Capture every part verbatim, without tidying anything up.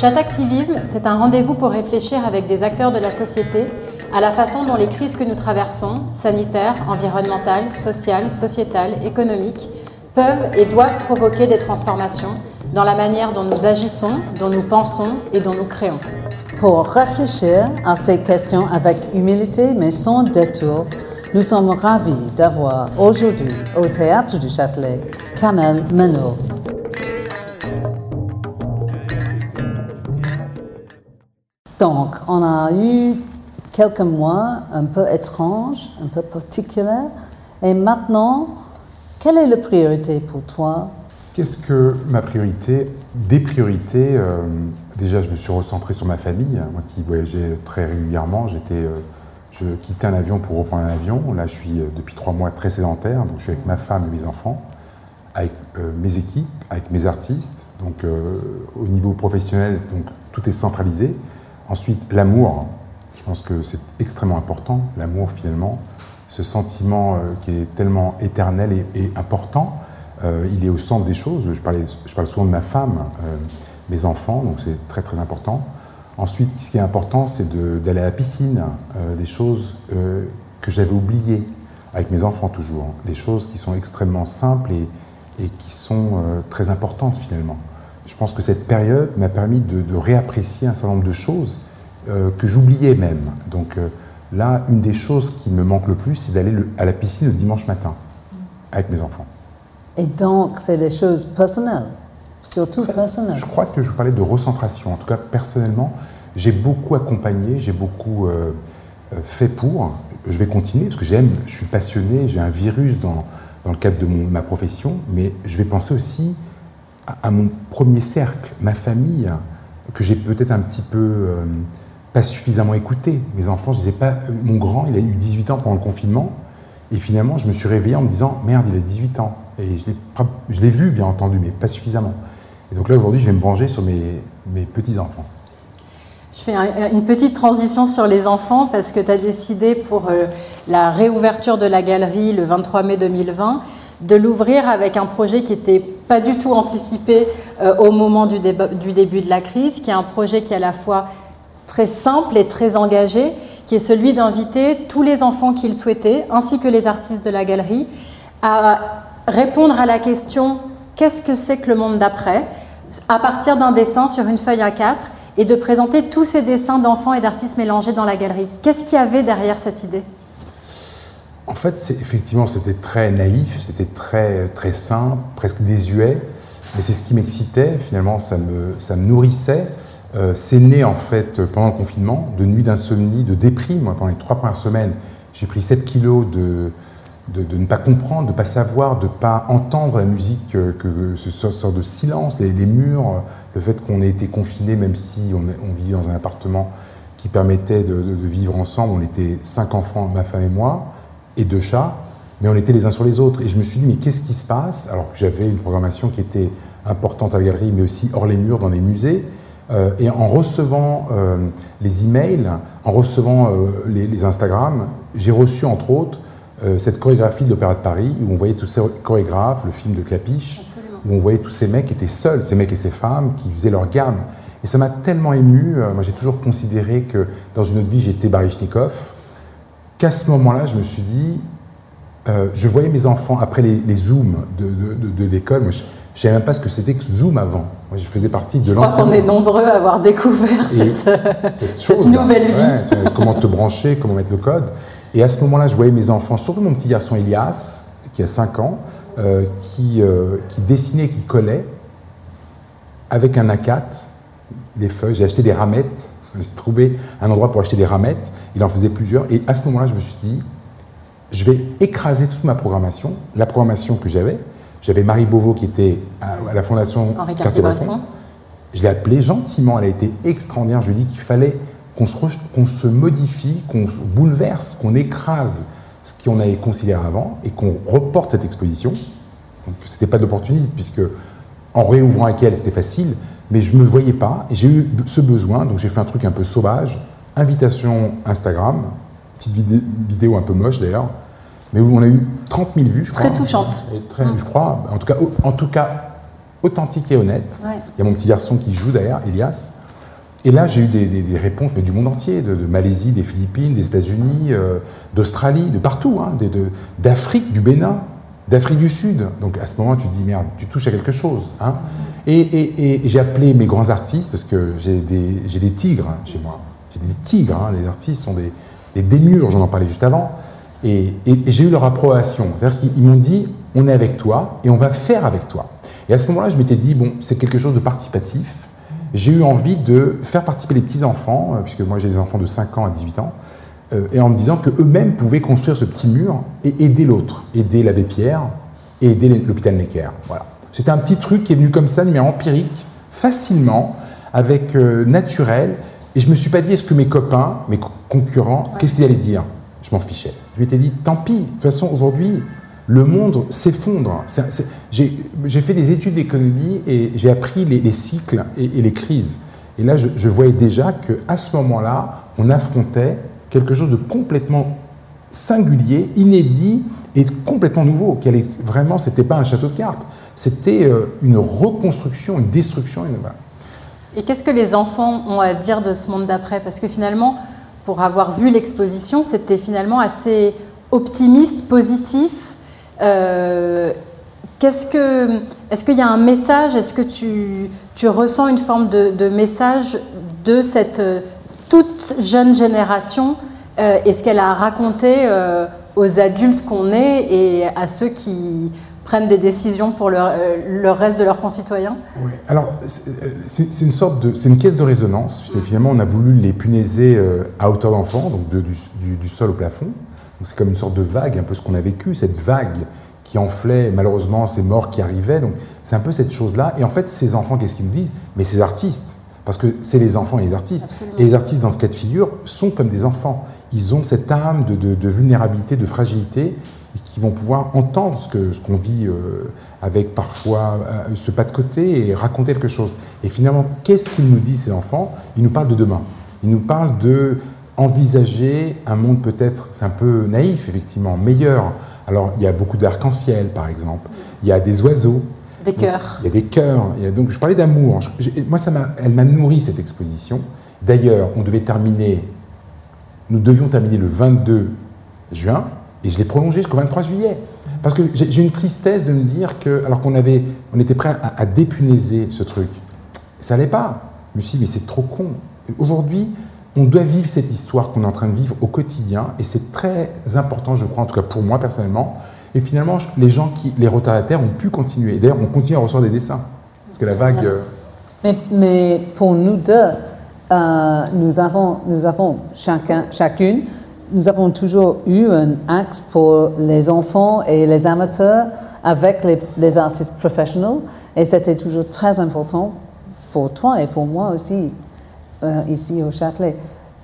Chatactivisme, c'est un rendez-vous pour réfléchir avec des acteurs de la société à la façon dont les crises que nous traversons, sanitaires, environnementales, sociales, sociétales, économiques, peuvent et doivent provoquer des transformations dans la manière dont nous agissons, dont nous pensons et dont nous créons. Pour réfléchir à ces questions avec humilité mais sans détour, nous sommes ravis d'avoir aujourd'hui au Théâtre du Châtelet Kamel Menot. Donc, on a eu quelques mois un peu étranges, un peu particuliers, et maintenant, quelle est la priorité pour toi? Qu'est-ce que ma priorité? Des priorités, euh, déjà je me suis recentré sur ma famille, moi qui voyageais très régulièrement, j'étais, euh, je quittais un avion pour reprendre un avion, là je suis euh, depuis trois mois très sédentaire, donc je suis avec ma femme et mes enfants, avec euh, mes équipes, avec mes artistes, donc euh, au niveau professionnel, donc tout est centralisé. Ensuite, l'amour, je pense que c'est extrêmement important, l'amour finalement, ce sentiment euh, qui est tellement éternel et, et important, euh, il est au centre des choses. Je, parlais, je parle souvent de ma femme, euh, mes enfants, donc c'est très très important. Ensuite, ce qui est important, c'est de, d'aller à la piscine, euh, des choses euh, que j'avais oubliées, avec mes enfants toujours, des choses qui sont extrêmement simples et, et qui sont euh, très importantes finalement. Je pense que cette période m'a permis de, de réapprécier un certain nombre de choses euh, que j'oubliais même. Donc euh, là, une des choses qui me manque le plus, c'est d'aller le, à la piscine le dimanche matin avec mes enfants. Et donc, c'est des choses personnelles, surtout en fait, personnelles. Je crois que je parlais de recentration. En tout cas, personnellement, j'ai beaucoup accompagné, j'ai beaucoup euh, fait pour. Je vais continuer parce que j'aime, je suis passionné, j'ai un virus dans, dans le cadre de mon, ma profession, mais je vais penser aussi à mon premier cercle, ma famille, que j'ai peut-être un petit peu euh, pas suffisamment écouté. Mes enfants, je disais pas, mon grand, il a eu dix-huit ans pendant le confinement, et finalement, je me suis réveillé en me disant, merde, il a dix-huit ans. Et je l'ai, je l'ai vu, bien entendu, mais pas suffisamment. Et donc là, aujourd'hui, je vais me brancher sur mes, mes petits-enfants. Je fais un, une petite transition sur les enfants, parce que tu as décidé pour euh, la réouverture de la galerie le vingt-trois mai deux mille vingt, de l'ouvrir avec un projet qui n'était pas du tout anticipé euh, au moment du, déba- du début de la crise, qui est un projet qui est à la fois très simple et très engagé, qui est celui d'inviter tous les enfants qui le souhaitaient, ainsi que les artistes de la galerie, à répondre à la question « Qu'est-ce que c'est que le monde d'après ?» à partir d'un dessin sur une feuille A quatre et de présenter tous ces dessins d'enfants et d'artistes mélangés dans la galerie. Qu'est-ce qu'il y avait derrière cette idée ? En fait, c'est, effectivement, c'était très naïf, c'était très, très simple, presque désuet, mais c'est ce qui m'excitait, finalement, ça me, ça me nourrissait. Euh, c'est né, en fait, pendant le confinement, de nuits d'insomnie, de déprime. Moi, pendant les trois premières semaines, j'ai pris sept kilos de, de, de ne pas comprendre, de ne pas savoir, de ne pas entendre la musique, que, que ce sorte de silence, les, les murs, le fait qu'on ait été confinés, même si on, on vivait dans un appartement qui permettait de, de, de vivre ensemble. On était cinq enfants, ma femme et moi, et deux chats, mais on était les uns sur les autres. Et je me suis dit, mais qu'est-ce qui se passe? Alors que j'avais une programmation qui était importante à la galerie, mais aussi hors les murs, dans les musées. Euh, et en recevant euh, les emails, en recevant euh, les, les Instagram, j'ai reçu, entre autres, euh, cette chorégraphie de l'Opéra de Paris, où on voyait tous ces chorégraphes, le film de Clapiche, Absolument. Où on voyait tous ces mecs qui étaient seuls, ces mecs et ces femmes, qui faisaient leur gamme. Et ça m'a tellement ému. Euh, moi, j'ai toujours considéré que, dans une autre vie, j'étais Baryshnikov, qu'à ce moment-là, je me suis dit, euh, je voyais mes enfants, après les, les Zooms de, de, de, de l'école, moi, je ne savais même pas ce que c'était que Zoom avant. Moi, je faisais partie de l'ancien... Je crois qu'on est nombreux à avoir découvert cette, cette chose, nouvelle vie. Ouais, comment te brancher, comment mettre le code. Et à ce moment-là, je voyais mes enfants, surtout mon petit garçon Elias, qui a cinq ans, euh, qui, euh, qui dessinait, qui collait, avec un A quatre, les feuilles. J'ai acheté des ramettes. J'ai trouvé un endroit pour acheter des ramettes. Il en faisait plusieurs. Et à ce moment-là, je me suis dit, je vais écraser toute ma programmation. La programmation que j'avais, j'avais Marie Beauvau qui était à, à la Fondation Henri Cartier-Bresson. Je l'ai appelée gentiment. Elle a été extraordinaire. Je lui ai dit qu'il fallait qu'on se, re, qu'on se modifie, qu'on se bouleverse, qu'on écrase ce qu'on avait considéré avant et qu'on reporte cette exposition. Donc, ce n'était pas de l'opportunisme puisque en réouvrant avec elle, c'était facile. Mais je ne me voyais pas et j'ai eu ce besoin, donc j'ai fait un truc un peu sauvage, invitation Instagram, petite vidé- vidéo un peu moche d'ailleurs, mais où on a eu trente mille vues, je crois. Très touchante. Et très, mmh. Je crois, en tout cas, en tout cas authentique et honnête. Ouais. Il y a mon petit garçon qui joue d'ailleurs, Elias. et là, j'ai eu des, des, des réponses mais du monde entier, de, de Malaisie, des Philippines, des États-Unis, euh, d'Australie, de partout, hein, de, de, d'Afrique, du Bénin, d'Afrique du Sud. Donc à ce moment, tu te dis, merde, tu touches à quelque chose. Hein. Et, et, et j'ai appelé mes grands artistes, parce que j'ai des, j'ai des tigres hein, chez moi. J'ai des tigres, hein, les artistes sont des, des démiurges, j'en en parlais juste avant. Et, et, et j'ai eu leur approbation. C'est-à-dire qu'ils m'ont dit, on est avec toi et on va faire avec toi. Et à ce moment-là, je m'étais dit, bon, c'est quelque chose de participatif. J'ai eu envie de faire participer les petits-enfants, puisque moi j'ai des enfants de cinq ans à dix-huit ans, euh, et en me disant qu'eux-mêmes pouvaient construire ce petit mur et aider l'autre, aider l'abbé Pierre et aider l'hôpital Necker. Voilà. C'était un petit truc qui est venu comme ça, de manière empirique, facilement, avec euh, naturel, et je ne me suis pas dit, est-ce que mes copains, mes concurrents, ouais. qu'est-ce qu'ils allaient dire? Je m'en fichais. Je m'étais dit, tant pis, de toute façon, aujourd'hui, le monde s'effondre. C'est, c'est, j'ai, j'ai fait des études d'économie et j'ai appris les, les cycles et, et les crises. Et là, je, je voyais déjà qu'à ce moment-là, on affrontait quelque chose de complètement singulier, inédit et complètement nouveau. Qui allait, vraiment, ce n'était pas un château de cartes. C'était euh, une reconstruction, une destruction. Une, voilà. Et qu'est-ce que les enfants ont à dire de ce monde d'après? Parce que finalement, pour avoir vu l'exposition, c'était finalement assez optimiste, positif. Euh, qu'est-ce que, est-ce qu'il y a un message? Est-ce que tu, tu ressens une forme de, de message de cette euh, toute jeune génération euh, et ce qu'elle a raconté euh, aux adultes qu'on est et à ceux qui prennent des décisions pour le, euh, le reste de leurs concitoyens? Oui. Alors, c'est, c'est une sorte de, c'est une caisse de résonance. Finalement, on a voulu les punaiser euh, à hauteur d'enfant, donc de, du, du, du sol au plafond. Donc c'est comme une sorte de vague, un peu ce qu'on a vécu, cette vague qui enflait malheureusement ces morts qui arrivaient. Donc c'est un peu cette chose-là. Et en fait, ces enfants, qu'est-ce qu'ils nous disent? Mais ces artistes, parce que c'est les enfants et les artistes. Absolument. Et les artistes, dans ce cas de figure, sont comme des enfants. Ils ont cette âme de, de, de vulnérabilité, de fragilité, et qui vont pouvoir entendre ce, que, ce qu'on vit euh, avec parfois euh, ce pas de côté et raconter quelque chose. Et finalement, qu'est-ce qu'ils nous disent, ces enfants? Ils nous parlent de demain. Ils nous parlent de envisager un monde peut-être, c'est un peu naïf effectivement, meilleur. Alors il y a beaucoup d'arc-en-ciel par exemple, il y a des oiseaux. Des cœurs. Il y a des cœurs. Il y a, donc je parlais d'amour. Je, je, moi, ça m'a, elle m'a nourri cette exposition. D'ailleurs, on devait terminer, nous devions terminer le vingt-deux juin et je l'ai prolongé jusqu'au vingt-trois juillet. Parce que j'ai, j'ai une tristesse de me dire que, alors qu'on avait, on était prêt à, à dépunaiser ce truc, ça n'allait pas. Je me suis dit, mais c'est trop con. Aujourd'hui, on doit vivre cette histoire qu'on est en train de vivre au quotidien et c'est très important, je crois, en tout cas pour moi personnellement. Et finalement, les gens, qui, les retardataires, ont pu continuer. D'ailleurs, on continue à recevoir des dessins. Parce que la vague... Euh... Mais, mais pour nous deux, euh, nous avons, nous avons chacun, chacune, nous avons toujours eu un axe pour les enfants et les amateurs avec les, les artistes professionnels. Et c'était toujours très important pour toi et pour moi aussi. Euh, ici au Châtelet.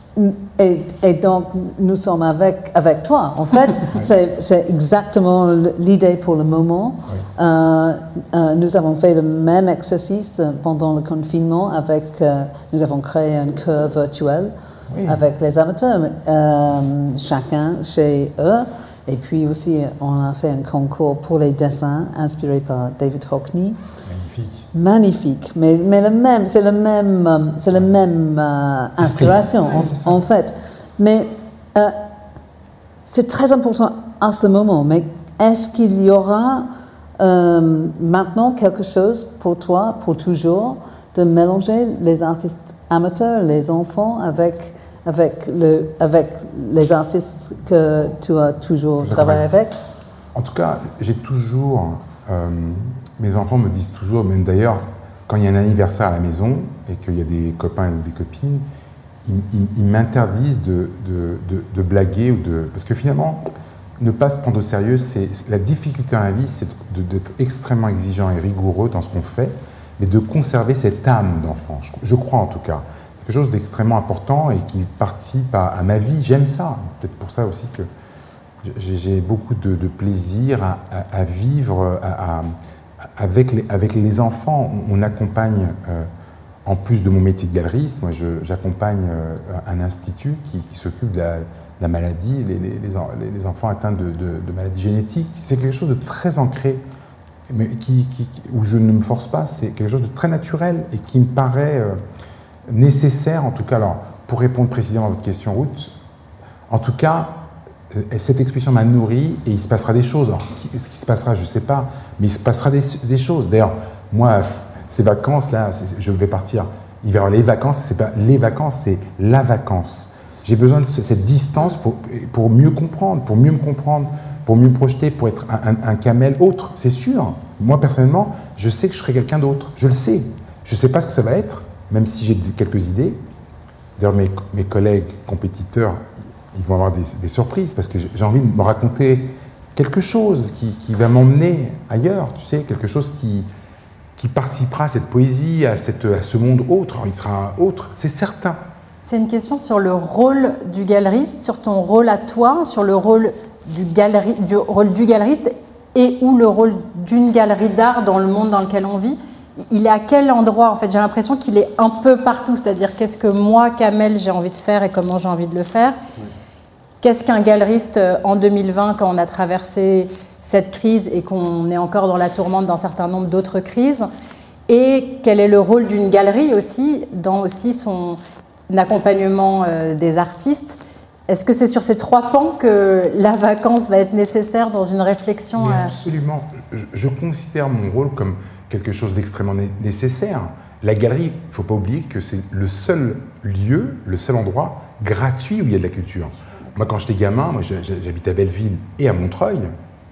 Et, et donc, nous sommes avec, avec toi. En fait, c'est, c'est exactement l'idée pour le moment. Oui. Euh, euh, nous avons fait le même exercice pendant le confinement. Avec, euh, nous avons créé un chœur virtuel oui. avec les amateurs, euh, chacun chez eux. Et puis aussi, on a fait un concours pour les dessins inspirés par David Hockney. Magnifique. Magnifique, mais, mais le même, c'est le même, c'est la même euh, inspiration oui, en, en fait. Mais euh, c'est très important à ce moment. Mais est-ce qu'il y aura euh, maintenant quelque chose pour toi, pour toujours, de mélanger les artistes amateurs, les enfants, avec avec le, avec les artistes que tu as toujours Je travaillé travaille. avec? En tout cas, j'ai toujours. Euh, mes enfants me disent toujours, même d'ailleurs, quand il y a un anniversaire à la maison et qu'il y a des copains ou des copines, ils, ils, ils m'interdisent de, de, de, de blaguer ou de. Parce que finalement, ne pas se prendre au sérieux, c'est, c'est la difficulté dans la vie, c'est de, d'être extrêmement exigeant et rigoureux dans ce qu'on fait, mais de conserver cette âme d'enfant. Je, je crois en tout cas. Quelque chose d'extrêmement important et qui participe à, à ma vie. J'aime ça. Peut-être pour ça aussi que j'ai, j'ai beaucoup de, de plaisir à, à, à vivre à, à, avec, les, avec les enfants. On, on accompagne, euh, en plus de mon métier de galeriste, moi je, j'accompagne euh, un institut qui, qui s'occupe de la, de la maladie, les, les, les, les enfants atteints de, de, de maladies génétiques. C'est quelque chose de très ancré, mais qui, qui, où je ne me force pas. C'est quelque chose de très naturel et qui me paraît... Euh, nécessaire, en tout cas, alors, pour répondre précisément à votre question, Ruth, en tout cas, cette expression m'a nourri et il se passera des choses. Alors, ce qui se passera, je ne sais pas, mais il se passera des, des choses. D'ailleurs, moi, ces vacances-là, je vais partir, il va y avoir les vacances, c'est pas les vacances, c'est la vacance. J'ai besoin de cette distance pour, pour mieux comprendre, pour mieux me comprendre, pour mieux me projeter, pour être un, un, un camel autre, c'est sûr. Moi, personnellement, je sais que je serai quelqu'un d'autre, je le sais. Je ne sais pas ce que ça va être, même si j'ai quelques idées. D'ailleurs, mes, mes collègues compétiteurs, ils vont avoir des, des surprises, parce que j'ai envie de me raconter quelque chose qui, qui va m'emmener ailleurs, tu sais, quelque chose qui, qui participera à cette poésie, à, cette, à ce monde autre. Alors, il sera autre, c'est certain. C'est une question sur le rôle du galeriste, sur ton rôle à toi, sur le rôle du, galerie, du, rôle du galeriste et ou le rôle d'une galerie d'art dans le monde dans lequel on vit. Il est à quel endroit? En fait, j'ai l'impression qu'il est un peu partout, c'est-à-dire qu'est-ce que moi, Kamel, j'ai envie de faire et comment j'ai envie de le faire. Oui. Qu'est-ce qu'un galeriste en deux mille vingt, quand on a traversé cette crise et qu'on est encore dans la tourmente d'un certain nombre d'autres crises? Et quel est le rôle d'une galerie aussi, dans aussi son accompagnement euh, des artistes? Est-ce que c'est sur ces trois pans que la vacance va être nécessaire dans une réflexion? Oui, à... Absolument. Je, je considère mon rôle comme quelque chose d'extrêmement né- nécessaire. La galerie, il ne faut pas oublier que c'est le seul lieu, le seul endroit gratuit où il y a de la culture. Moi, quand j'étais gamin, moi, j'habite à Belleville et à Montreuil,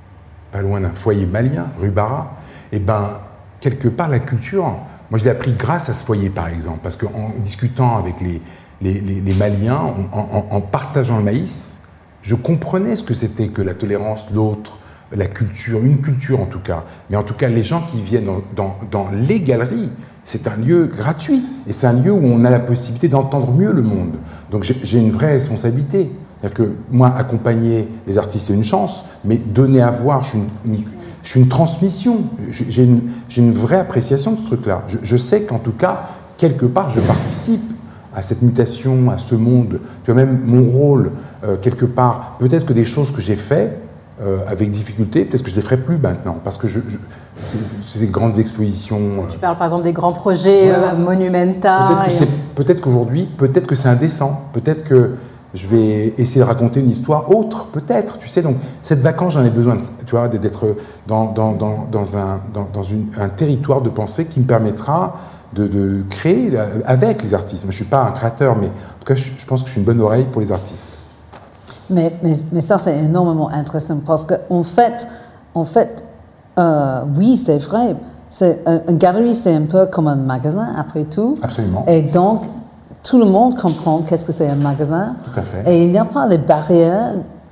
pas loin d'un foyer malien, rue Barra. Et ben, quelque part, la culture, moi, je l'ai appris grâce à ce foyer, par exemple, parce qu'en discutant avec les, les, les, les Maliens, en, en, en partageant le maïs, je comprenais ce que c'était que la tolérance, l'autre, la culture, une culture en tout cas. Mais en tout cas, les gens qui viennent dans, dans, dans les galeries, c'est un lieu gratuit. Et c'est un lieu où on a la possibilité d'entendre mieux le monde. Donc j'ai une vraie responsabilité. C'est-à-dire que moi, accompagner les artistes, c'est une chance, mais donner à voir, je suis une, une, je suis une transmission. J'ai une, j'ai une vraie appréciation de ce truc-là. Je, je sais qu'en tout cas, quelque part, je participe à cette mutation, à ce monde. Tu vois, même mon rôle, euh, quelque part, peut-être que des choses que j'ai faites, Euh, avec difficulté, peut-être que je ne les ferai plus maintenant, parce que je, je, c'est, c'est des grandes expositions. Tu euh, parles par exemple des grands projets voilà. euh, Monumental. Peut-être, que et... c'est, peut-être qu'aujourd'hui, peut-être que c'est indécent, peut-être que je vais essayer de raconter une histoire autre, peut-être, tu sais. Donc, cette vacance, j'en ai besoin, tu vois, d'être dans, dans, dans, dans, un, dans, dans une, un territoire de pensée qui me permettra de, de créer avec les artistes. Je ne suis pas un créateur, mais en tout cas, je, je pense que je suis une bonne oreille pour les artistes. Mais, mais, mais ça, c'est énormément intéressant parce qu'en fait, en fait euh, oui, c'est vrai. C'est, un, une galerie, c'est un peu comme un magasin, après tout. Absolument. Et donc, tout le monde comprend qu'est-ce que c'est un magasin. Tout à fait. Et il n'y a pas les barrières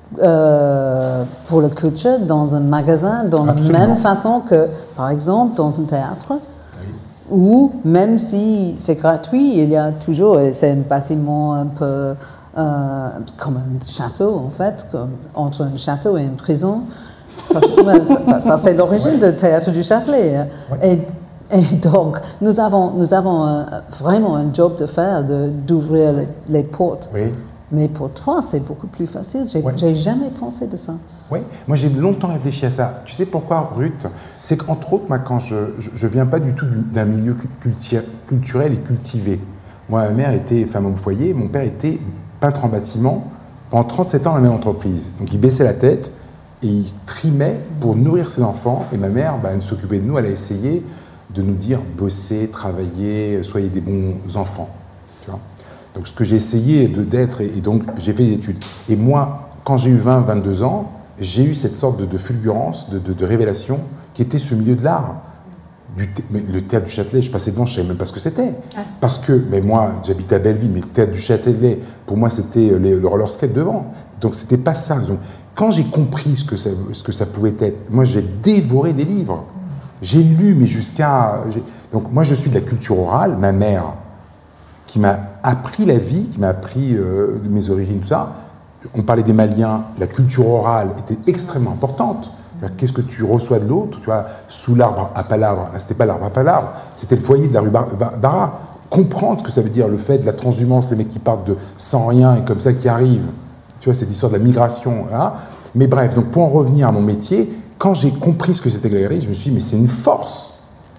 euh, pour la culture dans un magasin, dans Absolument. La même façon que, par exemple, dans un théâtre. Oui. Où, même si c'est gratuit, il y a toujours, c'est un bâtiment un peu... Euh, comme un château, en fait, comme, entre un château et une prison. Ça, c'est, ça, ça, c'est l'origine ouais. du théâtre du Châtelet. Ouais. Et, et donc, nous avons, nous avons un, vraiment un job de faire, de, d'ouvrir les, les portes. Oui. Mais pour toi, c'est beaucoup plus facile. J'ai, ouais. j'ai jamais pensé de ça. Oui, moi j'ai longtemps réfléchi à ça. Tu sais pourquoi, Ruth? C'est qu'entre autres, moi, quand je ne viens pas du tout d'un milieu culti- culturel et cultivé. Moi, ma mère était femme au foyer, mon père était peintre en bâtiment, pendant trente-sept ans dans la même entreprise. Donc il baissait la tête et il trimait pour nourrir ses enfants. Et ma mère, bah, elle s'occupait de nous, elle a essayé de nous dire bossez, travaillez, soyez des bons enfants. Tu vois, donc ce que j'ai essayé de, d'être, et, et donc j'ai fait des études. Et moi, quand j'ai eu vingt, vingt-deux ans, j'ai eu cette sorte de, de fulgurance, de, de, de révélation, qui était ce milieu de l'art. Du thé- mais le théâtre du Châtelet, je passais devant, je ne savais même pas ce que c'était. Ouais. Parce que, mais moi, j'habitais à Belleville, mais le théâtre du Châtelet, pour moi, c'était les, le roller skate devant. Donc, ce n'était pas ça. Donc, quand j'ai compris ce que, ça, ce que ça pouvait être, moi, j'ai dévoré des livres. J'ai lu, mais jusqu'à... J'ai... Donc, moi, je suis de la culture orale. Ma mère, qui m'a appris la vie, qui m'a appris euh, mes origines, tout ça. On parlait des Maliens, la culture orale était extrêmement importante. Qu'est-ce que tu reçois de l'autre, tu vois, sous l'arbre à palabre, là, c'était pas l'arbre à palabre, c'était le foyer de la rue Bar- Bar- Barra. Comprendre ce que ça veut dire, le fait de la transhumance, les mecs qui partent de sans rien et comme ça qui arrivent, tu vois, cette histoire de la migration, hein. Mais bref, donc pour en revenir à mon métier, quand j'ai compris ce que c'était que la galerie, je me suis dit, mais c'est une force,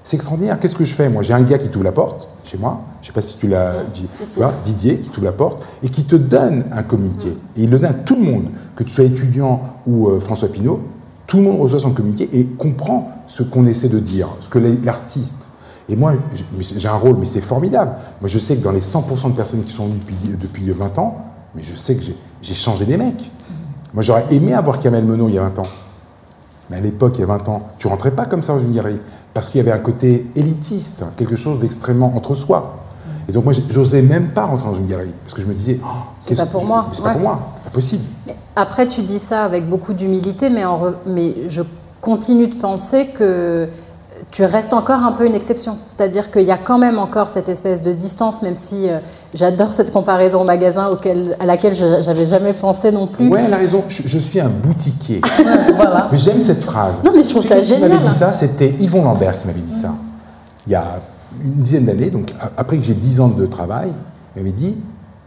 C'est extraordinaire. Qu'est-ce que je fais? Moi, j'ai un gars qui t'ouvre la porte, chez moi, je ne sais pas si tu l'as dit, tu vois, Didier, qui t'ouvre la porte, et qui te donne un communiqué. Et il le donne à tout le monde, que tu sois étudiant ou euh, François Pinault, tout le monde reçoit son communiqué et comprend ce qu'on essaie de dire, ce que l'artiste... Et moi, j'ai un rôle, mais c'est formidable. Moi, je sais que dans les cent pour cent de personnes qui sont venues depuis, depuis vingt ans, mais je sais que j'ai changé des mecs. Moi, j'aurais aimé avoir Kamel Menot il y a vingt ans. Mais à l'époque, il y a vingt ans, tu rentrais pas comme ça dans une galerie. Parce qu'il y avait un côté élitiste, quelque chose d'extrêmement entre soi. Et donc moi, j'osais même pas rentrer dans une galerie. Parce que je me disais, oh, c'est pas pour moi. C'est pas pour moi, pas possible. Après, tu dis ça avec beaucoup d'humilité, mais, en re... mais je continue de penser que tu restes encore un peu une exception. C'est-à-dire qu'il y a quand même encore cette espèce de distance, même si euh, j'adore cette comparaison au magasin auquel, à laquelle je n'avais jamais pensé non plus. Ouais, elle a raison. Je, je suis un boutiquier. Voilà. Mais j'aime cette phrase. Non, mais je trouve ça génial. Qui m'avait dit ça, c'était Yvon Lambert qui m'avait dit ça. Il y a une dizaine d'années, donc après que j'ai dix ans de travail, il m'avait dit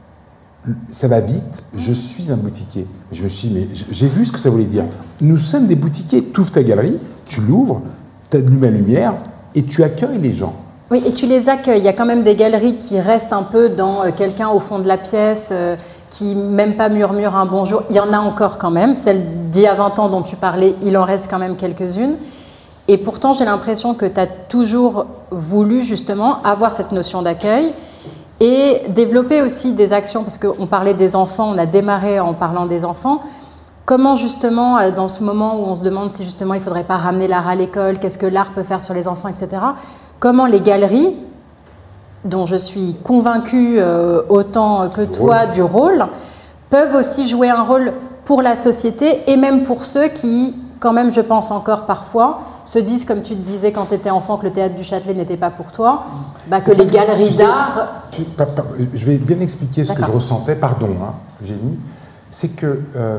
ça va vite, je suis un boutiquier. Je me suis dit, mais j'ai vu ce que ça voulait dire. Nous sommes des boutiquiers. Tu ouvres ta galerie, tu l'ouvres, tu allumes la lumière et tu accueilles les gens. Oui, et tu les accueilles. Il y a quand même des galeries qui restent un peu dans euh, quelqu'un au fond de la pièce, euh, qui même pas murmure un bonjour. Il y en a encore quand même. Celle d'il y a vingt ans dont tu parlais, il en reste quand même quelques-unes. Et pourtant, j'ai l'impression que tu as toujours voulu justement avoir cette notion d'accueil et développer aussi des actions, parce qu'on parlait des enfants, on a démarré en parlant des enfants. Comment justement, dans ce moment où on se demande si justement il ne faudrait pas ramener l'art à l'école, qu'est-ce que l'art peut faire sur les enfants, et cetera, comment les galeries, dont je suis convaincue euh, autant que toi du rôle, peuvent aussi jouer un rôle pour la société et même pour ceux qui, quand même, je pense encore parfois, se disent, comme tu te disais quand tu étais enfant, que le théâtre du Châtelet n'était pas pour toi, bah, que les galeries d'art... Je vais bien expliquer ce que je ressentais, pardon, hein, Eugénie, c'est que euh,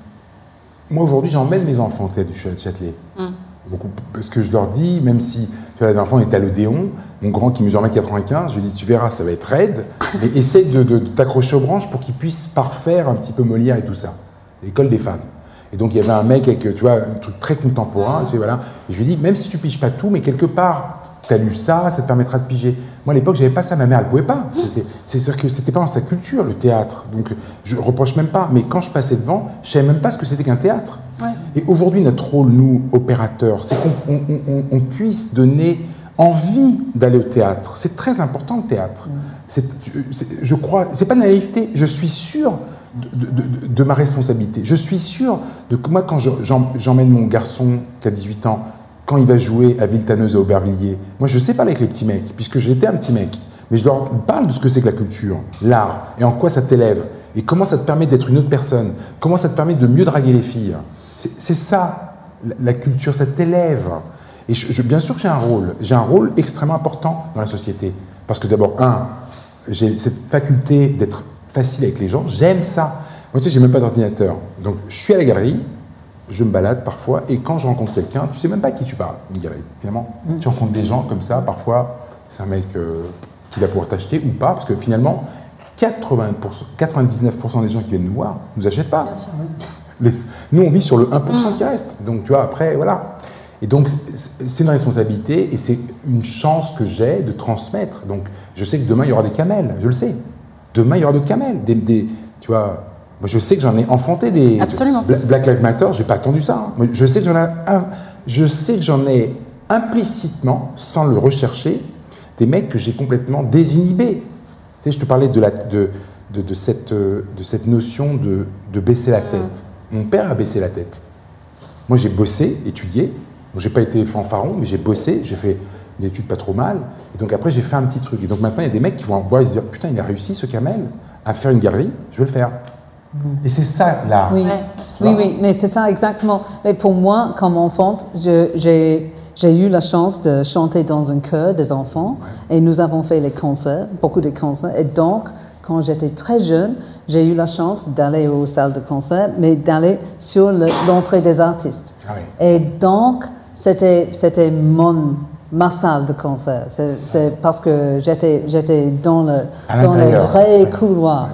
moi aujourd'hui j'emmène mes enfants au théâtre du Châtelet. Mm. Beaucoup, parce que je leur dis, même si tu vois, l'enfant est à l'Odéon, mon grand qui mesure un mètre quatre-vingt-quinze, je lui dis tu verras, ça va être raide, mais essaie de, de, de t'accrocher aux branches pour qu'il puisse parfaire un petit peu Molière et tout ça. L'école des femmes. Et donc il y avait un mec avec, tu vois, un truc très contemporain, tu sais, voilà. Et je lui dis, même si tu piges pas tout, mais quelque part, tu as lu ça, ça te permettra de piger. Moi à l'époque, j'avais pas ça, ma mère, elle pouvait pas. C'est-à-dire que c'était pas dans sa culture, le théâtre. Donc je reproche même pas, mais quand je passais devant, je savais même pas ce que c'était qu'un théâtre. Ouais. Et aujourd'hui, notre rôle, nous, opérateurs, c'est qu'on on, on, on puisse donner envie d'aller au théâtre. C'est très important, le théâtre. Mmh. C'est, c'est, je crois, c'est pas de naïveté, je suis sûr de, de, de, de ma responsabilité. Je suis sûr de que moi, quand je, j'en, j'emmène mon garçon qui a dix-huit ans, quand il va jouer à Villetaneuse et à Aubervilliers, moi, je sais parler avec les petits mecs, puisque j'étais un petit mec. Mais je leur parle de ce que c'est que la culture, l'art, et en quoi ça t'élève, et comment ça te permet d'être une autre personne, comment ça te permet de mieux draguer les filles. C'est, c'est ça, la, la culture, ça t'élève. Et je, je, bien sûr que j'ai un rôle, j'ai un rôle extrêmement important dans la société. Parce que d'abord, un, j'ai cette faculté d'être facile avec les gens, j'aime ça. Moi, tu sais, j'ai même pas d'ordinateur. Donc, je suis à la galerie, je me balade parfois, et quand je rencontre quelqu'un, tu sais même pas à qui tu parles, une galerie, finalement. Mmh. Tu rencontres des gens comme ça, parfois, c'est un mec euh, qui va pouvoir t'acheter ou pas, parce que finalement, quatre-vingts pour cent, quatre-vingt-dix-neuf pour cent des gens qui viennent nous voir ne nous achètent pas. Bien sûr, oui. Les, nous, on vit sur le un pour cent mmh. qui reste. Donc, tu vois, après, voilà. Et donc, c'est une responsabilité et c'est une chance que j'ai de transmettre. Donc, je sais que demain, il y aura des camels, je le sais. Demain, il y aura d'autres camels. Des, des, tu vois, moi, je sais que j'en ai enfanté des... Absolument. Black Lives Matter, je n'ai pas attendu ça. Hein. Moi, je sais que j'en ai, un, je sais que j'en ai implicitement, sans le rechercher, des mecs que j'ai complètement désinhibés. Tu sais, je te parlais de, la, de, de, de, cette, de cette notion de, de baisser la tête. Mmh. Mon père a baissé la tête. Moi, j'ai bossé, étudié. Je n'ai pas été fanfaron, mais j'ai bossé, j'ai fait une étude pas trop mal. Et donc après, j'ai fait un petit truc. Et donc maintenant, il y a des mecs qui vont en voir et se dire « Putain, il a réussi, ce Kamel, à faire une galerie, je vais le faire. Mmh. » Et c'est ça, l'art. Oui, oui, oui, mais c'est ça exactement. Mais pour moi, comme enfant, je, j'ai, j'ai eu la chance de chanter dans un chœur des enfants. Ouais. Et nous avons fait les concerts, beaucoup de concerts. Et donc, quand j'étais très jeune, j'ai eu la chance d'aller aux salles de concert, mais d'aller sur le, l'entrée des artistes. Ah oui. Et donc, c'était, c'était mon, ma salle de concert. C'est, c'est parce que j'étais, j'étais dans le, dans le vrai ouais. couloir. Ouais,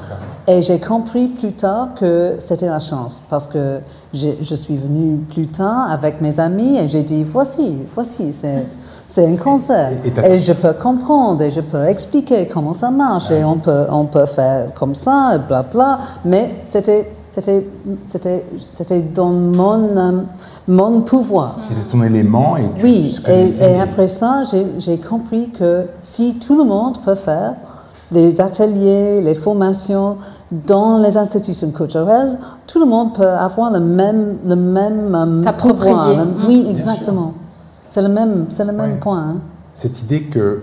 Et j'ai compris plus tard que c'était la chance, parce que je suis venue plus tard avec mes amis et j'ai dit, voici, voici, c'est, c'est un concert. Et, et, et je peux comprendre, et je peux expliquer comment ça marche, ouais. et on peut, on peut faire comme ça, et bla bla, mais c'était... C'était, c'était, c'était dans mon, euh, mon pouvoir. C'était ton élément. Et tu oui, et, et après ça, j'ai, j'ai compris que si tout le monde peut faire les ateliers, les formations dans les institutions culturelles, tout le monde peut avoir le même, le même euh, pouvoir. Le, mmh. Oui, exactement. C'est le même, c'est le même ouais. point. Hein. Cette idée que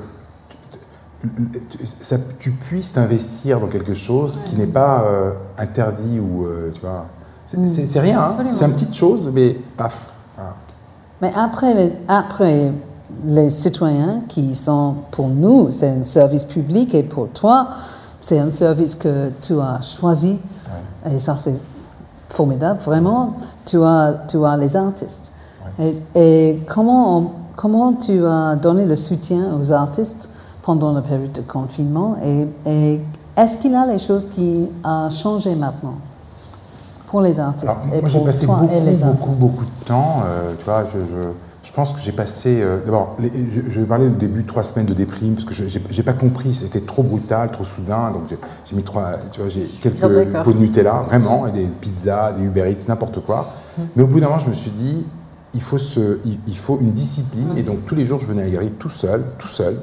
Ça, tu puisses t'investir dans quelque chose qui n'est pas euh, interdit ou euh, tu vois, c'est, mmh. c'est, c'est rien, hein. C'est une petite chose, mais paf. Voilà. Mais après les, après les citoyens qui sont pour nous, c'est un service public et pour toi, c'est un service que tu as choisi ouais. et ça c'est formidable, vraiment. Tu as, tu as les artistes. Ouais. Et, et comment, on, comment tu as donné le soutien aux artistes pendant la période de confinement et, et est-ce qu'il y a les choses qui ont changé maintenant pour les artistes? Alors, et moi, pour j'ai passé toi beaucoup, et les beaucoup, artistes. beaucoup de temps. Euh, tu vois, je, je, je pense que j'ai passé. Euh, d'abord, les, je, je vais parler au début de trois semaines de déprime parce que je n'ai pas compris. C'était trop brutal, trop soudain. Donc j'ai, j'ai mis trois. Tu vois, j'ai quelques D'accord. pots de Nutella, vraiment, et des pizzas, des Uber Eats, n'importe quoi. Mmh. Mais au bout d'un moment, je me suis dit, il faut se, il, il faut une discipline. Mmh. Et donc tous les jours, je venais à la galerie tout seul, tout seul.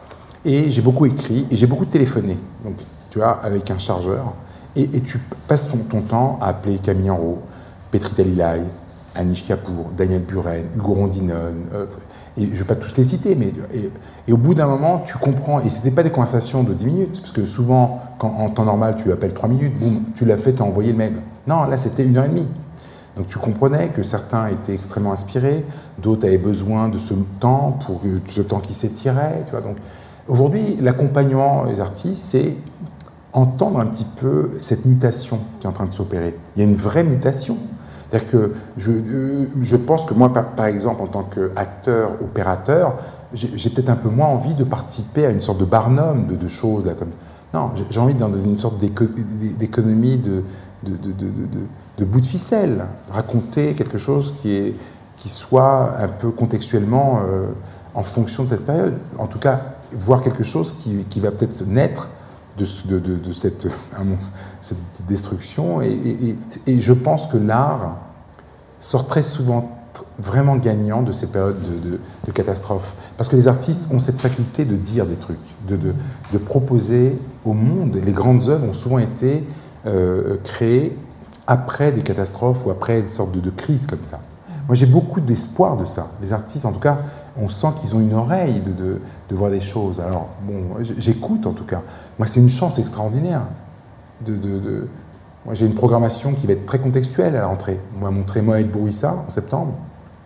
Et j'ai beaucoup écrit et j'ai beaucoup téléphoné, donc tu vois, avec un chargeur. Et, et tu passes ton, ton temps à appeler Camille Enrault, Petri Dalilai, Anish Kapoor, Daniel Buren, Hugo Rondinone. Euh, et je ne vais pas tous les citer, mais et, et au bout d'un moment, tu comprends. Et ce n'était pas des conversations de dix minutes, parce que souvent, quand, en temps normal, tu appelles trois minutes, boum, tu l'as fait, tu as envoyé le mail. Non, là, c'était une heure et demie. Donc tu comprenais que certains étaient extrêmement inspirés, d'autres avaient besoin de ce temps pour ce temps qui s'étirait, tu vois. Donc aujourd'hui, l'accompagnement des artistes, c'est entendre un petit peu cette mutation qui est en train de s'opérer. Il y a une vraie mutation. C'est-à-dire que je, je pense que moi, par, par exemple, en tant qu'acteur, opérateur, j'ai, j'ai peut-être un peu moins envie de participer à une sorte de Barnum de, de choses. Là, comme... Non, j'ai envie d'être dans une sorte d'éco, d'économie de, de, de, de, de, de bout de ficelle, raconter quelque chose qui, est, qui soit un peu contextuellement euh, en fonction de cette période. En tout cas, voir quelque chose qui, qui va peut-être naître de, de, de, de cette, cette destruction. Et, et, et je pense que l'art sort très souvent vraiment gagnant de ces périodes de, de, de catastrophe. Parce que les artistes ont cette faculté de dire des trucs, de, de, de proposer au monde. Les grandes œuvres ont souvent été euh, créées après des catastrophes ou après des sortes de, de crises comme ça. Moi, j'ai beaucoup d'espoir de ça. Les artistes, en tout cas, on sent qu'ils ont une oreille de, de, de voir des choses. Alors, bon, j'écoute en tout cas. Moi, c'est une chance extraordinaire. De, de, de... Moi, j'ai une programmation qui va être très contextuelle à la rentrée. On va montrer Mohamed Bouissa en septembre.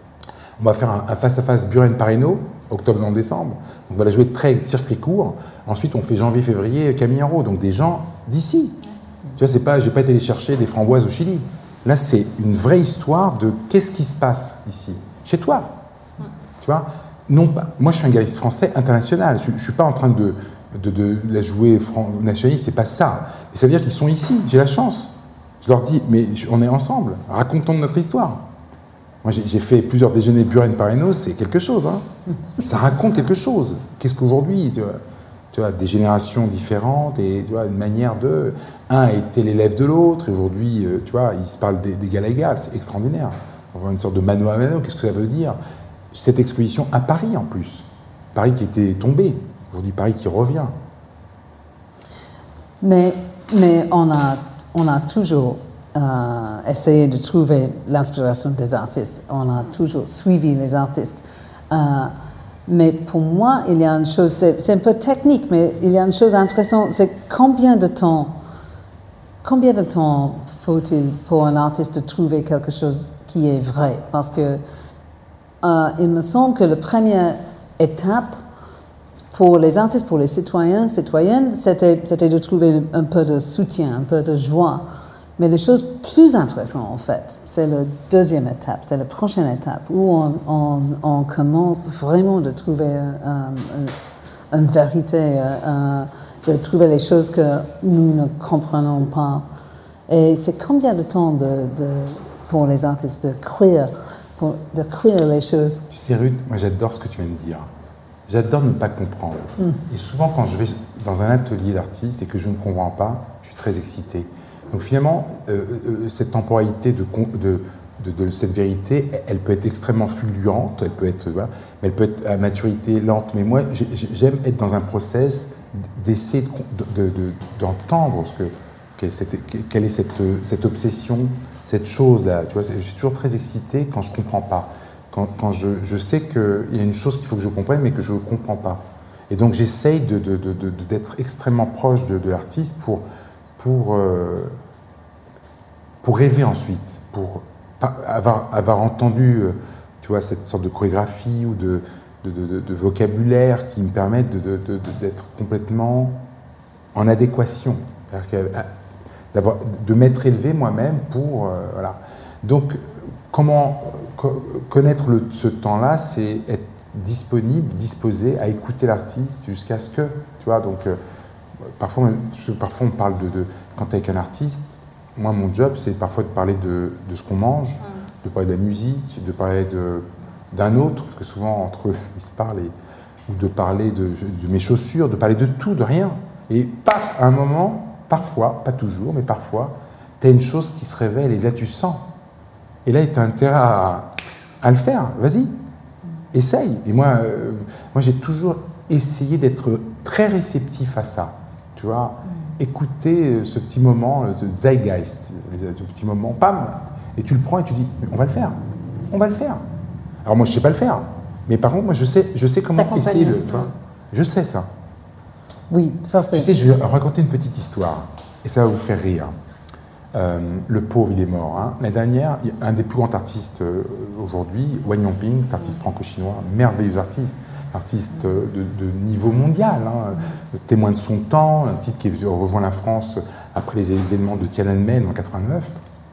On va faire un, un face-à-face Buren-Pareno, octobre-décembre. On va la jouer très circuit court. Ensuite, on fait janvier-février Camille Enrault. Donc, des gens d'ici. Tu vois, c'est pas, je n'ai pas été les chercher des framboises au Chili. Là, c'est une vraie histoire de qu'est-ce qui se passe ici, chez toi. Mm. Tu vois, non pas. Moi, je suis un galeriste français international. Je ne suis pas en train de, de, de la jouer nationaliste, c'est pas ça. Mais ça veut dire qu'ils sont ici. J'ai la chance. Je leur dis, mais on est ensemble. Racontons notre histoire. Moi, j'ai, j'ai fait plusieurs déjeuners Buren-Pareno, c'est quelque chose. Hein. Ça raconte quelque chose. Qu'est-ce qu'aujourd'hui, tu vois, tu vois, des générations différentes et tu vois, une manière de. Un a été l'élève de l'autre, et aujourd'hui, euh, tu vois, ils se parlent d'égal à égal, c'est extraordinaire. On voit une sorte de mano à mano, qu'est-ce que ça veut dire? Cette exposition à Paris, en plus. Paris qui était tombé, aujourd'hui Paris qui revient. Mais, mais on, a, on a toujours euh, essayé de trouver l'inspiration des artistes. On a toujours suivi les artistes. Euh, mais pour moi, il y a une chose, c'est, c'est un peu technique, mais il y a une chose intéressante, c'est combien de temps Combien de temps faut-il pour un artiste de trouver quelque chose qui est vrai? Parce que euh, il me semble que la première étape pour les artistes, pour les citoyens, citoyennes, c'était, c'était de trouver un peu de soutien, un peu de joie. Mais les choses plus intéressantes, en fait, c'est la deuxième étape, c'est la prochaine étape, où on, on, on commence vraiment de trouver un, un, une vérité, euh, de trouver les choses que nous ne comprenons pas. Et c'est combien de temps de, de, pour les artistes de créer, pour, de créer les choses? Tu sais, Ruth, moi j'adore ce que tu viens de dire. J'adore ne pas comprendre. Mm. Et souvent, quand je vais dans un atelier d'artiste et que je ne comprends pas, je suis très excitée. Donc finalement, euh, euh, cette temporalité de, de, de, de cette vérité, elle peut être extrêmement fluctuante, elle peut être, voilà, mais elle peut être à maturité lente. Mais moi, j'aime être dans un process d'essayer de, de, de, d'entendre ce que, quelle est, cette, quelle est cette, cette obsession, cette chose-là. Tu vois, je suis toujours très excitée quand je ne comprends pas. Quand, quand je, je sais qu'il y a une chose qu'il faut que je comprenne, mais que je ne comprends pas. Et donc j'essaye de, de, de, de, d'être extrêmement proche de, de l'artiste pour, pour, euh, pour rêver ensuite, pour avoir, avoir entendu euh, tu vois, cette sorte de chorégraphie ou de, de, de, de vocabulaire qui me permettent de, de, de, d'être complètement en adéquation, d'avoir, de m'être élevé moi-même pour... Euh, voilà. Donc, comment connaître le, ce temps-là, c'est être disponible, disposé à écouter l'artiste jusqu'à ce que, tu vois, donc euh, parfois, parfois on parle de, de quand tu es avec un artiste, moi mon job c'est parfois de parler de, de ce qu'on mange, mmh. de parler de la musique, de parler de, d'un autre, parce que souvent entre eux ils se parlent, et, ou de parler de, de mes chaussures, de parler de tout, de rien, et paf, à un moment, parfois, pas toujours, mais parfois, tu as une chose qui se révèle et là tu sens. Et là, tu as intérêt à, à le faire. Vas-y, essaye. Et moi, euh, moi j'ai toujours essayé d'être très réceptif à ça. Tu vois, mm. écouter ce petit moment, le zeitgeist, ce petit moment, pam, et tu le prends et tu dis, on va le faire. On va le faire. Alors moi, je ne sais pas le faire. Mais par contre, moi, je sais, je sais comment essayer de... Tu vois, mm. je sais ça. Oui, ça c'est... Tu sais, je vais raconter une petite histoire. Et ça va vous faire rire. Euh, le pauvre, il est mort. Hein. L'année dernière, un des plus grands artistes euh, aujourd'hui, Wan Yongping, cet artiste franco-chinois, merveilleux artiste, artiste euh, de, de niveau mondial, hein, témoin de son temps, un type qui a rejoint la France après les événements de Tiananmen en quatre-vingt-neuf.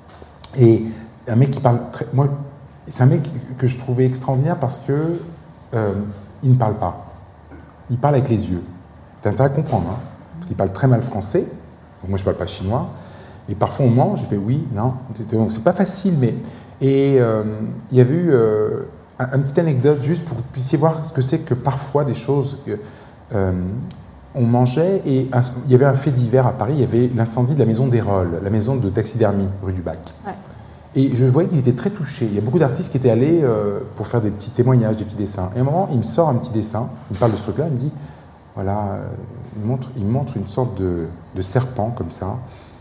Et un mec qui parle très... Moi, c'est un mec que je trouvais extraordinaire parce que euh, il ne parle pas. Il parle avec les yeux. T'as intérêt à comprendre, hein, parce qu'il parle très mal français. Donc moi, je ne parle pas chinois. Et parfois on mange, j'ai fait oui, non, c'est pas facile, mais... Et euh, il y avait eu euh, un, une petite anecdote juste pour que vous puissiez voir ce que c'est que parfois des choses... Euh, on mangeait et un, il y avait un fait divers à Paris, il y avait l'incendie de la maison d'Hérole, la maison de taxidermie, rue du Bac. Ouais. Et je voyais qu'il était très touché. Il y a beaucoup d'artistes qui étaient allés euh, pour faire des petits témoignages, des petits dessins. Et à un moment, il me sort un petit dessin, il me parle de ce truc-là, il me dit, voilà, euh, il, montre, il montre une sorte de, de serpent comme ça.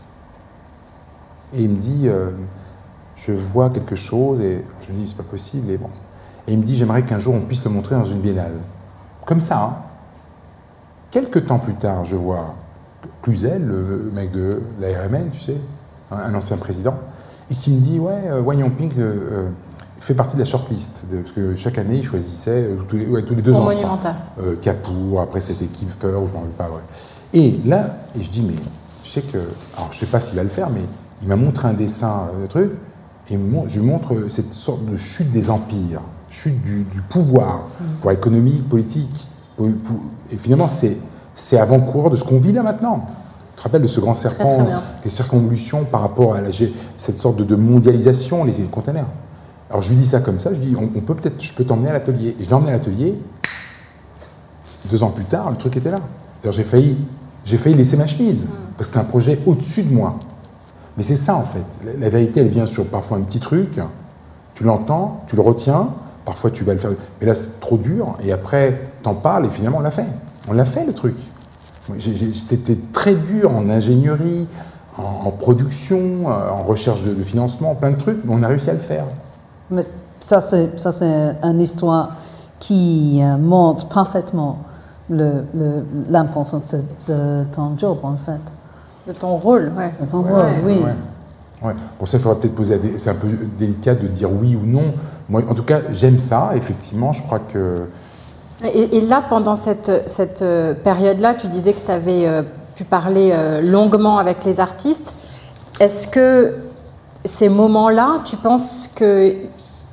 Et il me dit, euh, je vois quelque chose, et je me dis, c'est pas possible, et bon. Et il me dit, j'aimerais qu'un jour on puisse le montrer dans une biennale. Comme ça, hein. Quelques temps plus tard, je vois Cluzel, le mec de l'A R M N, tu sais, un ancien président, et qui me dit, ouais, Wan Yongping euh, fait partie de la shortlist, de, parce que chaque année, il choisissait, euh, tous, les, ouais, tous les deux Pour ans, Monumental. Euh, Capour, après c'était Kiefer, je ne m'en rappelle pas, ouais. Et là, et je dis, mais tu sais que, alors je ne sais pas s'il va le faire, mais il m'a montré un dessin, un truc, et je lui montre cette sorte de chute des empires, chute du, du pouvoir, pouvoir économique, politique. Pour, pour, et finalement, c'est, c'est avant-coureur de ce qu'on vit là maintenant. Tu te rappelles de ce grand serpent, très, très les circonvolutions par rapport à la, cette sorte de, de mondialisation, les, les containers. Alors je lui dis ça comme ça, je lui dis, on, on peut peut-être, je peux t'emmener à l'atelier. Et je l'ai emmené à l'atelier. Deux ans plus tard, le truc était là. D'ailleurs, j'ai failli, j'ai failli laisser ma chemise, parce que c'était un projet au-dessus de moi. Mais c'est ça, en fait. La, la vérité, elle vient sur parfois un petit truc, tu l'entends, tu le retiens, parfois tu vas le faire, mais là, c'est trop dur, et après, t'en parles, et finalement, on l'a fait. On l'a fait, le truc. J'ai, j'ai, c'était très dur en ingénierie, en, en production, en recherche de, de financement, plein de trucs, mais on a réussi à le faire. Mais ça, c'est, ça, c'est une histoire qui montre parfaitement le, le, l'importance de ton job, en fait. De ton rôle, ouais. C'est ton ouais, rôle, ouais. oui. Ouais. Ouais. Pour ça, il faudra peut-être poser... Des, c'est un peu délicat de dire oui ou non. Moi, en tout cas, j'aime ça, effectivement. Je crois que... Et, et là, pendant cette, cette période-là, tu disais que tu avais euh, pu parler euh, longuement avec les artistes. Est-ce que ces moments-là, tu penses que,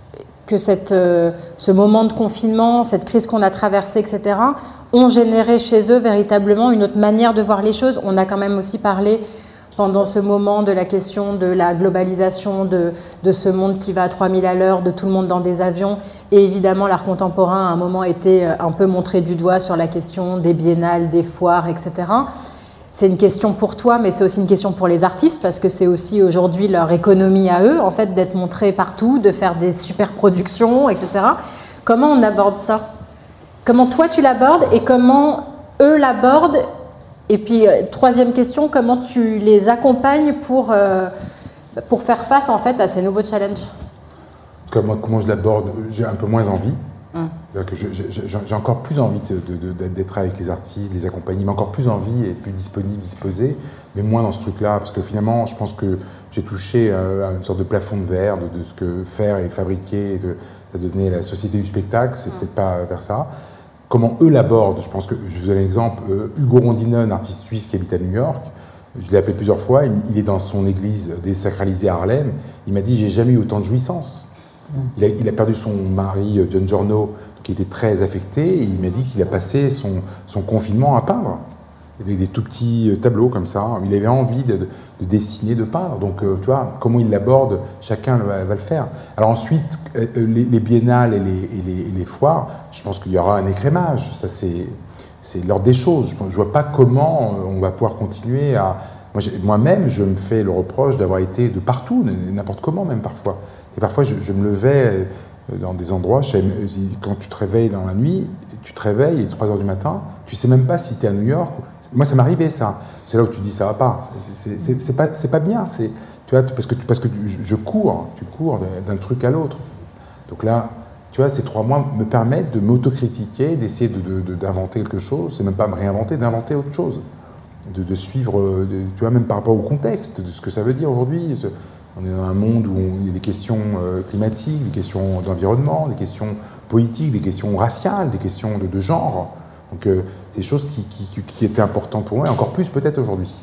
que cette, euh, ce moment de confinement, cette crise qu'on a traversée, et cetera, ont généré chez eux véritablement une autre manière de voir les choses. On a quand même aussi parlé pendant ce moment de la question de la globalisation, de, de ce monde qui va à trois mille à l'heure, de tout le monde dans des avions. Et évidemment, l'art contemporain, à un moment, était un peu montré du doigt sur la question des biennales, des foires, et cetera. C'est une question pour toi, mais c'est aussi une question pour les artistes, parce que c'est aussi aujourd'hui leur économie à eux, en fait, d'être montrés partout, de faire des super productions, et cetera. Comment on aborde ça ? Comment toi, tu l'abordes et comment eux l'abordent ? Et puis, euh, troisième question, comment tu les accompagnes pour, euh, pour faire face en fait à ces nouveaux challenges ? Comment, comment je l'aborde ? J'ai un peu moins envie. Hum. Que je, je, je, j'ai encore plus envie de, de, de, d'être avec les artistes, les accompagner, mais encore plus envie et plus disponible, disposé, mais moins dans ce truc-là, parce que finalement, je pense que j'ai touché à une sorte de plafond de verre de, de ce que faire et fabriquer, de, ça devenait la société du spectacle, c'est hum. peut-être pas vers ça. Comment eux l'abordent, je pense que, je vous donne un exemple, euh, Hugo Rondinen, un artiste suisse qui habite à New York, je l'ai appelé plusieurs fois, il, il est dans son église désacralisée à Harlem, il m'a dit « j'ai jamais eu autant de jouissance ». Il a, il a perdu son mari, John Giorno, qui était très affecté, et il m'a dit qu'il a passé son, son confinement à peindre. Avec des tout petits tableaux comme ça. Il avait envie de, de dessiner, de peindre. Donc, euh, tu vois, comment il l'aborde, chacun va, va le faire. Alors ensuite, euh, les, les biennales et les, et, les, et les foires, je pense qu'il y aura un écrémage. Ça, c'est, c'est l'ordre des choses. Je ne vois pas comment on va pouvoir continuer à... Moi, moi-même, je me fais le reproche d'avoir été de partout, n'importe comment même parfois. Et parfois, je, je me levais dans des endroits, je savais, quand tu te réveilles dans la nuit, tu te réveilles, il est trois heures du matin, tu ne sais même pas si tu es à New York. Moi, ça m'arrivait, ça. C'est là où tu dis, ça ne va pas. C'est, c'est, c'est, c'est pas, c'est pas bien. C'est, tu vois, parce que, parce que je cours, tu cours d'un truc à l'autre. Donc là, tu vois, ces trois mois me permettent de m'autocritiquer, d'essayer de, de, de, d'inventer quelque chose. C'est même pas me réinventer, d'inventer autre chose. De, de suivre, de, tu vois, même par rapport au contexte, de ce que ça veut dire aujourd'hui. On est dans un monde où on, il y a des questions euh, climatiques, des questions d'environnement, des questions politiques, des questions raciales, des questions de, de genre. Donc, euh, c'est des choses qui, qui, qui étaient importantes pour moi, et encore plus peut-être aujourd'hui.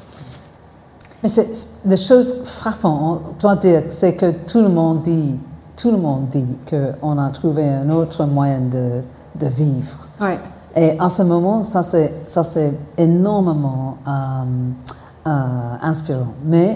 Mais c'est, la chose frappante, on doit dire, c'est que tout le monde dit, tout le monde dit qu'on a trouvé un autre moyen de, de vivre. Ouais. Et en ce moment, ça c'est, ça c'est énormément euh, euh, inspirant. Mais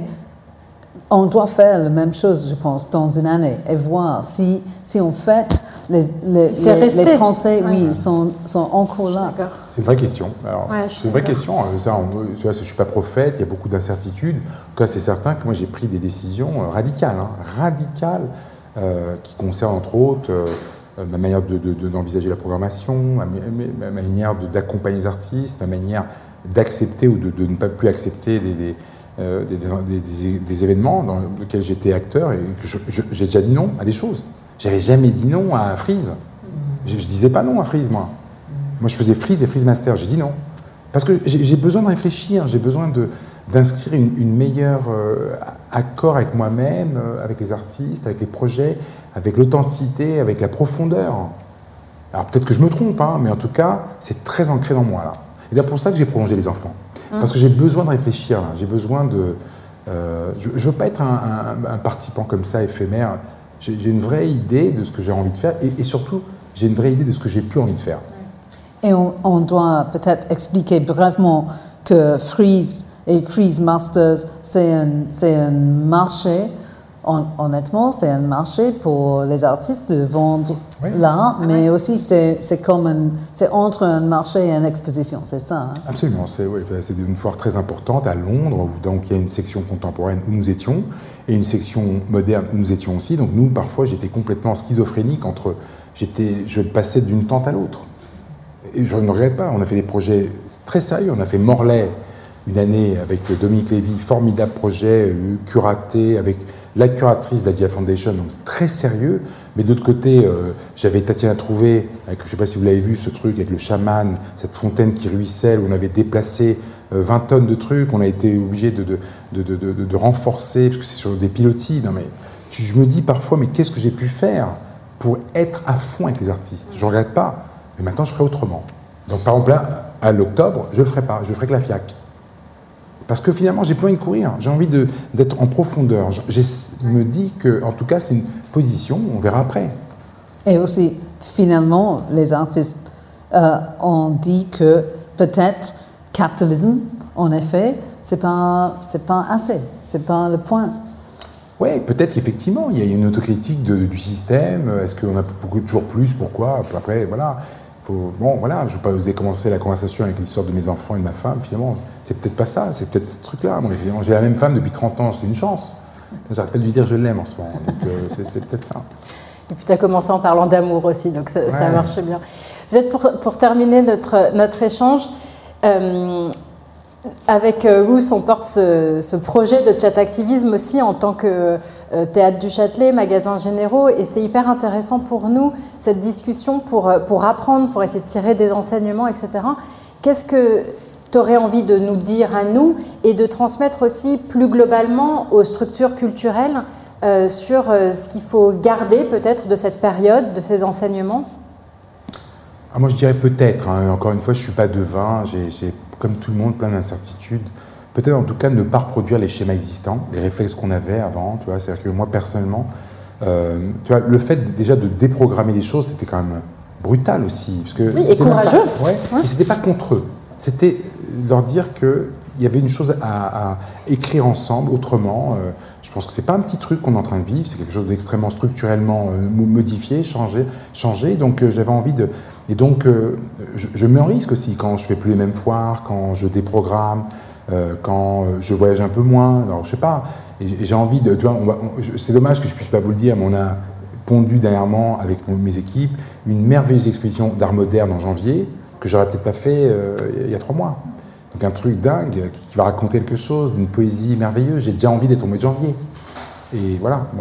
on doit faire la même chose, je pense, dans une année et voir si, si en fait les, les, les, les Français ouais. oui, sont, sont encore là. C'est une vraie question. Alors, ouais, c'est une vraie question. Ça, on, tu vois, je ne suis pas prophète, il y a beaucoup d'incertitudes. En tout cas, c'est certain que moi j'ai pris des décisions radicales, hein, radicales, euh, qui concernent entre autres euh, ma manière de, de, de, d'envisager la programmation, ma, ma, ma manière de, d'accompagner les artistes, ma manière d'accepter ou de, de ne pas plus accepter des, des Euh, des, des, des, des événements dans lesquels j'étais acteur et que je, je, j'ai déjà dit non à des choses. J'avais jamais dit non à Freeze. Je, je disais pas non à Freeze, moi. Moi, je faisais Freeze et Freeze Master. J'ai dit non. Parce que j'ai, j'ai besoin de réfléchir, j'ai besoin de, d'inscrire une, une meilleure euh, accord avec moi-même, euh, avec les artistes, avec les projets, avec l'authenticité, avec la profondeur. Alors peut-être que je me trompe, hein, mais en tout cas, c'est très ancré dans moi, là. Et c'est pour ça que j'ai prolongé les enfants. Parce que j'ai besoin de réfléchir, là. J'ai besoin de... Euh, je ne veux pas être un, un, un participant comme ça, éphémère. J'ai, j'ai une vraie idée de ce que j'ai envie de faire et, et surtout, j'ai une vraie idée de ce que j'ai plus envie de faire. Et on, on doit peut-être expliquer brièvement que Freeze et Freeze Masters, c'est un, c'est un marché, hon, honnêtement, c'est un marché pour les artistes de vendre oui. l'art, mais aussi c'est, c'est, comme un, c'est entre un marché et une exposition, c'est ça hein? Absolument, c'est, oui, c'est une foire très importante à Londres, où donc il y a une section contemporaine où nous étions, et une section moderne où nous étions aussi. Donc nous, parfois, j'étais complètement schizophrénique entre... J'étais, je passais d'une tente à l'autre. Et je ne regrette pas, on a fait des projets très sérieux, on a fait Morlaix une année avec Dominique Lévy, formidable projet, curaté, avec la curatrice d'A D I A Foundation, donc très sérieux. Mais de l'autre côté, euh, j'avais Tatiana Trouvé, avec, je ne sais pas si vous l'avez vu, ce truc avec le chaman, cette fontaine qui ruisselle, où on avait déplacé euh, vingt tonnes de trucs, on a été obligé de, de, de, de, de, de renforcer, parce que c'est sur des pilotis. Non mais, tu, je me dis parfois, mais qu'est-ce que j'ai pu faire pour être à fond avec les artistes ? Je ne regrette pas, mais maintenant je ferai autrement. Donc par exemple, là, à l'octobre, je ne le ferai pas, je ferai que la FIAC. Parce que finalement, j'ai plus envie de courir, j'ai envie de, d'être en profondeur. Je, je me dis que, en tout cas, c'est une position, on verra après. Et aussi, finalement, les artistes euh, ont dit que peut-être capitalisme, en effet, c'est pas, c'est pas assez, c'est pas le point. Oui, peut-être qu'effectivement, il y a une autocritique de, du système. Est-ce qu'on a beaucoup, toujours plus? Pourquoi? Après, voilà. Faut, bon, voilà, je ne vais pas oser commencer la conversation avec l'histoire de mes enfants et de ma femme. Finalement, c'est peut-être pas ça, c'est peut-être ce truc-là. Bon, j'ai la même femme depuis trente ans, c'est une chance. J'arrête pas de lui dire je l'aime en ce moment. Donc, euh, c'est, c'est peut-être ça. Et puis, tu as commencé en parlant d'amour aussi, donc ça, ouais. ça marche bien. Peut-être pour, pour terminer notre, notre échange, euh, avec Ruth, on porte ce, ce projet de chat activisme aussi en tant que euh, Théâtre du Châtelet, magasins généraux, et c'est hyper intéressant pour nous, cette discussion, pour, pour apprendre, pour essayer de tirer des enseignements, et cetera. Qu'est-ce que tu aurais envie de nous dire à nous et de transmettre aussi plus globalement aux structures culturelles euh, sur euh, ce qu'il faut garder peut-être de cette période, de ces enseignements? Ah, moi je dirais peut-être, hein. Encore une fois je ne suis pas devin, j'ai, j'ai comme tout le monde plein d'incertitudes. Peut-être en tout cas ne pas reproduire les schémas existants, les réflexes qu'on avait avant, tu vois. C'est-à-dire que moi personnellement, euh, tu vois, le fait de, déjà de déprogrammer les choses, c'était quand même brutal aussi. Parce que oui, et courageux. Pas, ouais, ouais. Mais c'était pas contre eux, c'était leur dire qu'il y avait une chose à, à écrire ensemble autrement. Euh, je pense que c'est pas un petit truc qu'on est en train de vivre, c'est quelque chose d'extrêmement structurellement euh, modifié, changé, changé. Donc euh, j'avais envie de... Et donc euh, je, je me risque aussi quand je fais plus les mêmes foires, quand je déprogramme, euh, quand je voyage un peu moins. Alors je sais pas, et, et j'ai envie de... Tu vois, on va, on, c'est dommage que je puisse pas vous le dire, mais on a pondu dernièrement avec mes équipes une merveilleuse exposition d'art moderne en janvier que j'aurais peut-être pas fait euh, il y a trois mois. Donc un truc dingue qui va raconter quelque chose, d'une poésie merveilleuse. J'ai déjà envie d'être au mois de janvier. Et voilà, bon.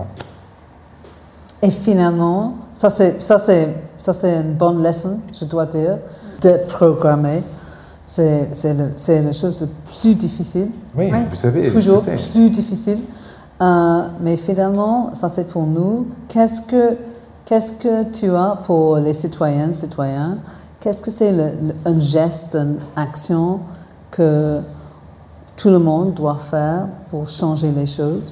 Et finalement, ça c'est, ça c'est, ça c'est une bonne leçon, je dois dire, de programmer. C'est, c'est, le, c'est la chose la plus difficile. Oui, oui. Vous savez. Toujours plus difficile. Euh, mais finalement, ça c'est pour nous. Qu'est-ce que, qu'est-ce que tu as pour les citoyennes, citoyens? Qu'est-ce que c'est le, le, un geste, une action que tout le monde doit faire pour changer les choses?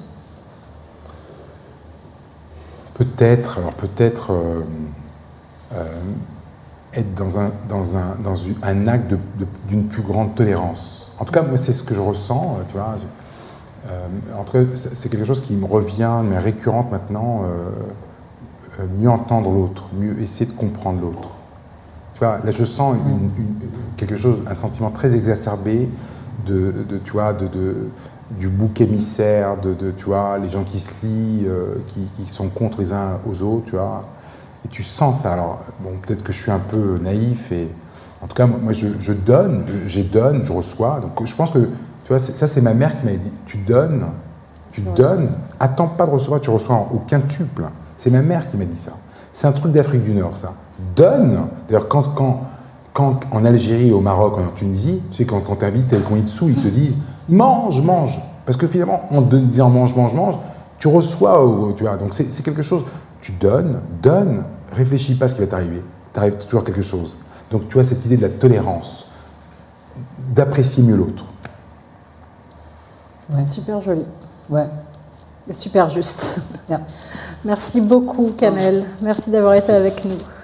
Peut-être, alors peut-être euh, euh, être dans un, dans un, dans une, un acte de, de, d'une plus grande tolérance. En tout cas, moi, c'est ce que je ressens, tu vois. Euh, en tout cas, c'est quelque chose qui me revient, mais récurrente maintenant. Euh, mieux entendre l'autre, mieux essayer de comprendre l'autre. Tu vois, là, je sens une, une, quelque chose, un sentiment très exacerbé de, de tu vois, de, de, du bouc émissaire, de, de, tu vois, les gens qui se lient, euh, qui, qui sont contre les uns aux autres, tu vois. Et tu sens ça. Alors, bon, peut-être que je suis un peu naïf, et en tout cas, moi, je, je donne, je donne, je reçois. Donc, je pense que, tu vois, c'est, ça, c'est ma mère qui m'a dit, tu donnes, tu ouais. donnes, attends pas de recevoir, tu reçois au quintuple. C'est ma mère qui m'a dit ça. C'est un truc d'Afrique du Nord, ça. Donne. D'ailleurs, quand, quand, quand en Algérie, au Maroc, en Tunisie, tu sais, quand, quand tu invites quelqu'un dessous, ils te disent mange, mange. Parce que finalement, en te disant mange, mange, mange, tu reçois, tu vois. Donc c'est, c'est quelque chose. Tu donnes, donne, réfléchis pas à ce qui va t'arriver. T'arrive toujours quelque chose. Donc tu as cette idée de la tolérance, d'apprécier mieux l'autre. Ouais. Super joli. Ouais. Et super juste. Yeah. Merci beaucoup, Kamel. Merci d'avoir été avec nous.